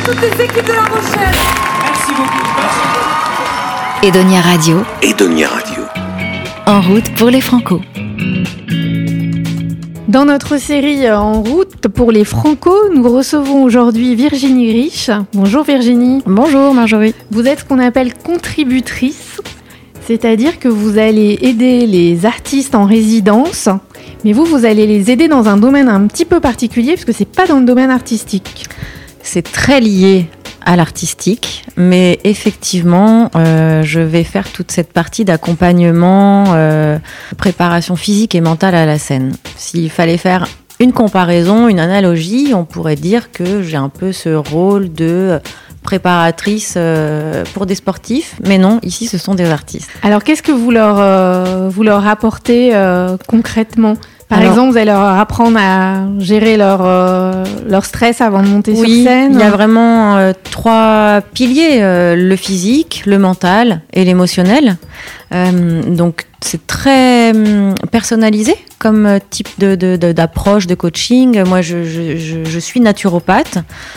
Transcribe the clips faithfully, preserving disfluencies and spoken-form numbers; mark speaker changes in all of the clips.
Speaker 1: toutes les équipes de La Rochelle.
Speaker 2: Merci beaucoup. Merci.
Speaker 3: Edonia Radio.
Speaker 4: Edonia Radio.
Speaker 3: En route pour les Franco.
Speaker 5: Dans notre série En route pour les Franco, nous recevons aujourd'hui Virginie Riche. Bonjour Virginie.
Speaker 6: Bonjour Marjorie.
Speaker 5: Vous êtes ce qu'on appelle contributrice, c'est-à-dire que vous allez aider les artistes en résidence, mais vous, vous allez les aider dans un domaine un petit peu particulier, parce que c'est pas dans le domaine artistique.
Speaker 6: C'est très lié à l'artistique, mais effectivement, euh, je vais faire toute cette partie d'accompagnement, euh, préparation physique et mentale à la scène. S'il fallait faire une comparaison, une analogie, on pourrait dire que j'ai un peu ce rôle de préparatrice euh, pour des sportifs, mais non, ici ce sont des artistes.
Speaker 5: Alors qu'est-ce que vous leur, euh, vous leur apportez euh, concrètement ? Par
Speaker 6: Alors,
Speaker 5: exemple, vous allez leur apprendre à gérer leur, euh, leur stress avant de monter
Speaker 6: oui,
Speaker 5: sur scène.
Speaker 6: Il y a vraiment euh, trois piliers, euh, le physique, le mental et l'émotionnel. Euh, donc c'est très hum, personnalisé comme type de, de, de, d'approche, de coaching. Moi, je, je, je, je suis naturopathe.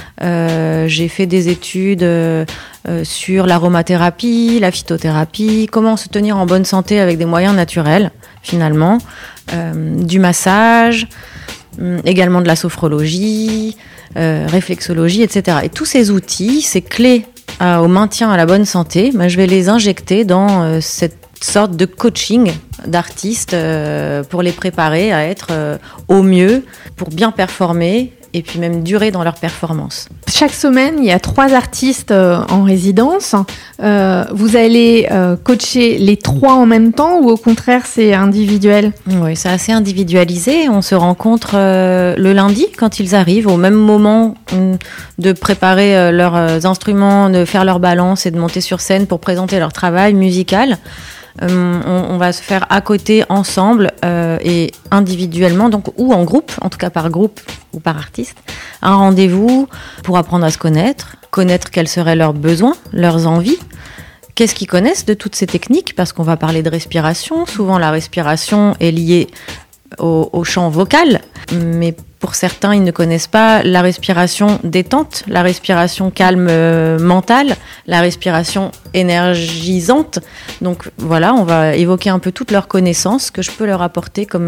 Speaker 6: Euh, j'ai fait des études euh, sur l'aromathérapie, la phytothérapie, comment se tenir en bonne santé avec des moyens naturels, finalement. Euh, du massage, euh, également de la sophrologie, euh, réflexologie, et cetera. Et tous ces outils, ces clés à, au maintien à la bonne santé, ben, je vais les injecter dans euh, cette sorte de coaching d'artistes euh, pour les préparer à être euh, au mieux, pour bien performer et puis même durer dans leur performance.
Speaker 5: Chaque semaine, il y a trois artistes euh, en résidence. Euh, vous allez euh, coacher les trois en même temps ou au contraire, c'est individuel ?
Speaker 6: Oui, c'est assez individualisé. On se rencontre euh, le lundi quand ils arrivent, au même moment euh, de préparer euh, leurs euh, instruments, de faire leur balance et de monter sur scène pour présenter leur travail musical. Euh, on, on va se faire à côté ensemble euh, et individuellement, donc ou en groupe, en tout cas par groupe ou par artiste, un rendez-vous pour apprendre à se connaître, connaître quels seraient leurs besoins, leurs envies, qu'est-ce qu'ils connaissent de toutes ces techniques, parce qu'on va parler de respiration. Souvent la respiration est liée au, au chant vocal, mais pour certains, ils ne connaissent pas la respiration détente, la respiration calme euh, mentale, la respiration énergisante. Donc voilà, on va évoquer un peu toutes leurs connaissances que je peux leur apporter comme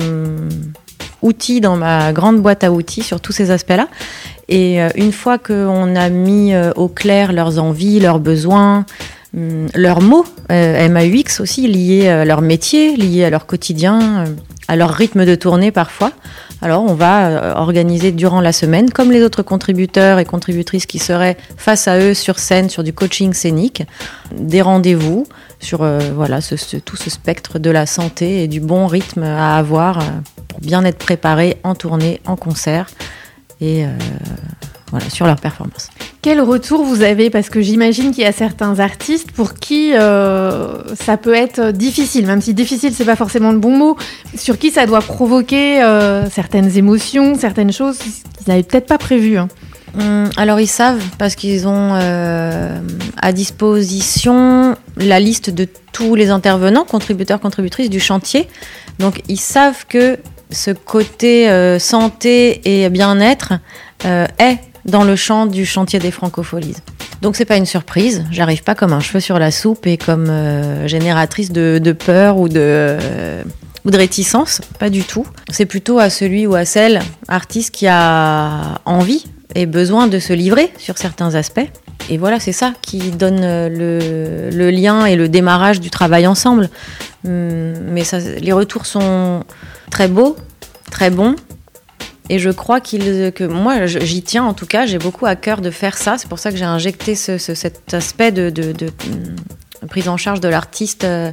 Speaker 6: outils dans ma grande boîte à outils sur tous ces aspects-là. Et euh, une fois qu'on a mis euh, au clair leurs envies, leurs besoins, hum, leurs mots, euh, M A U X aussi, liés à leur métier, liés à leur quotidien, euh, à leur rythme de tournée parfois. Alors on va euh, organiser durant la semaine, comme les autres contributeurs et contributrices qui seraient face à eux sur scène, sur du coaching scénique, des rendez-vous sur euh, voilà, ce, ce, tout ce spectre de la santé et du bon rythme à avoir euh, pour bien être préparé en tournée, en concert et euh, voilà, sur leur performance.
Speaker 5: Quel retour vous avez ? Parce que j'imagine qu'il y a certains artistes pour qui euh, ça peut être difficile, même si difficile, c'est pas forcément le bon mot, sur qui ça doit provoquer euh, certaines émotions, certaines choses qu'ils n'avaient peut-être pas prévues. Hein.
Speaker 6: Hum, alors ils savent, parce qu'ils ont euh, à disposition la liste de tous les intervenants, contributeurs, contributrices du chantier. Donc ils savent que ce côté euh, santé et bien-être euh, est dans le champ du chantier des Francopholies. Donc c'est pas une surprise, j'arrive pas comme un cheveu sur la soupe et comme euh, génératrice de, de peur ou de, euh, ou de réticence, pas du tout. C'est plutôt à celui ou à celle artiste qui a envie et besoin de se livrer sur certains aspects. Et voilà, c'est ça qui donne le, le lien et le démarrage du travail ensemble. Mais ça, les retours sont très beaux, très bons. Et je crois qu'il, que moi, j'y tiens en tout cas, j'ai beaucoup à cœur de faire ça. C'est pour ça que j'ai injecté ce, ce, cet aspect de, de, de, de prise en charge de l'artiste euh,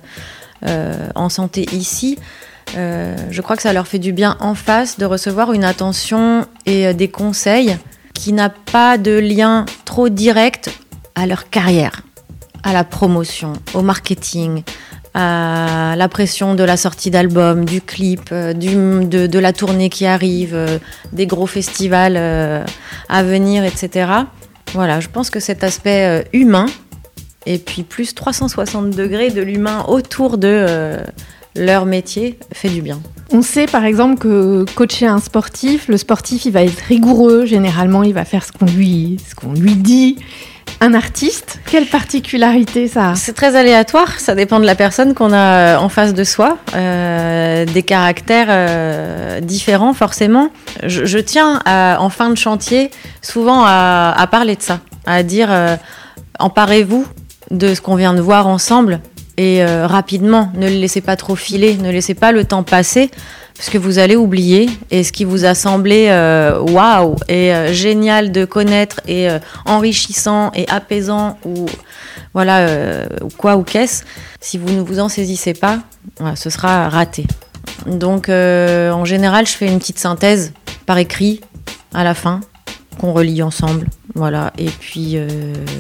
Speaker 6: en santé ici. Euh, je crois que ça leur fait du bien en face de recevoir une attention et des conseils qui n'a pas de lien trop direct à leur carrière, à la promotion, au marketing, à la pression de la sortie d'album, du clip, euh, du, de, de la tournée qui arrive, euh, des gros festivals euh, à venir, et cetera. Voilà, je pense que cet aspect euh, humain, et puis plus trois cent soixante degrés de l'humain autour de euh, leur métier, fait du bien.
Speaker 5: On sait par exemple que coacher un sportif, le sportif il va être rigoureux, généralement il va faire ce qu'on lui, ce qu'on lui dit. Un artiste, quelle particularité ça a ?
Speaker 6: C'est très aléatoire, ça dépend de la personne qu'on a en face de soi, euh, des caractères euh, différents forcément. Je, je tiens à, en fin de chantier souvent à, à parler de ça, à dire euh, emparez-vous de ce qu'on vient de voir ensemble et euh, rapidement, ne le laissez pas trop filer, ne laissez pas le temps passer. Parce que vous allez oublier, et ce qui vous a semblé waouh wow, et euh, génial de connaître et euh, enrichissant et apaisant ou voilà euh, ou quoi ou qu'est-ce, si vous ne vous en saisissez pas, voilà, ce sera raté. Donc euh, en général, je fais une petite synthèse par écrit à la fin qu'on relit ensemble, voilà. Et puis euh,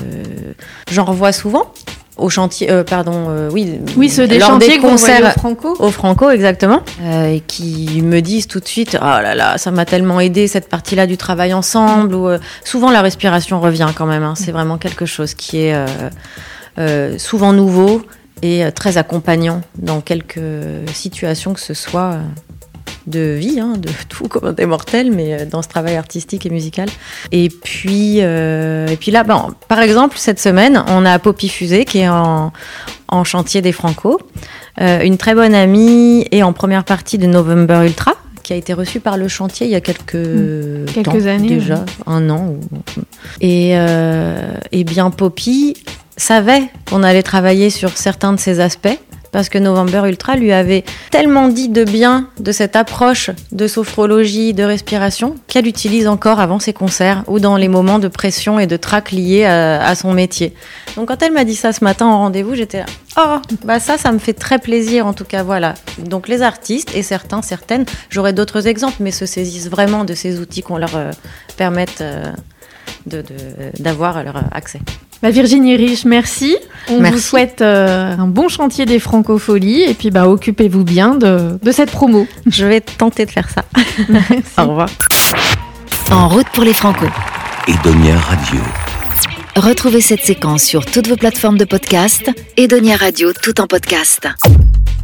Speaker 6: j'en revois souvent. Au chantier, euh, pardon, euh, oui,
Speaker 5: oui, ceux des
Speaker 6: lors
Speaker 5: chantiers
Speaker 6: des concerts
Speaker 5: au Franco,
Speaker 6: au Franco, exactement, euh, et qui me disent tout de suite, oh là là, ça m'a tellement aidé cette partie-là du travail ensemble. Ou euh, souvent la respiration revient quand même. Hein, c'est vraiment quelque chose qui est euh, euh, souvent nouveau et euh, très accompagnant dans quelques situations que ce soit. Euh, de vie, hein, de tout comme des mortels, mais dans ce travail artistique et musical. Et puis, euh, et puis là, ben, par exemple, cette semaine, on a Poppy Fusée qui est en, en chantier des Franco, euh, une très bonne amie et en première partie de November Ultra, qui a été reçue par le chantier il y a quelques, mmh.
Speaker 5: quelques
Speaker 6: temps,
Speaker 5: années
Speaker 6: déjà,
Speaker 5: ouais.
Speaker 6: un an. Ou... Et, euh, et bien Poppy savait qu'on allait travailler sur certains de ces aspects, parce que November Ultra lui avait tellement dit de bien de cette approche de sophrologie, de respiration, qu'elle utilise encore avant ses concerts ou dans les moments de pression et de trac liés à, à son métier. Donc quand elle m'a dit ça ce matin en rendez-vous, j'étais là, oh, bah ça, ça me fait très plaisir en tout cas, voilà. Donc les artistes, et certains, certaines, j'aurais d'autres exemples, mais se saisissent vraiment de ces outils qu'on leur euh, permette euh, de, de, d'avoir leur accès.
Speaker 5: Bah Virginie Rich, merci. On
Speaker 6: merci.
Speaker 5: vous souhaite euh, un bon chantier des Francopholies et puis bah, occupez-vous bien de, de cette promo.
Speaker 6: Je vais tenter de faire ça. Au revoir.
Speaker 3: En route pour les Franco.
Speaker 1: Edonia Radio.
Speaker 3: Retrouvez cette séquence sur toutes vos plateformes de podcast. Edonia Radio, tout en podcast.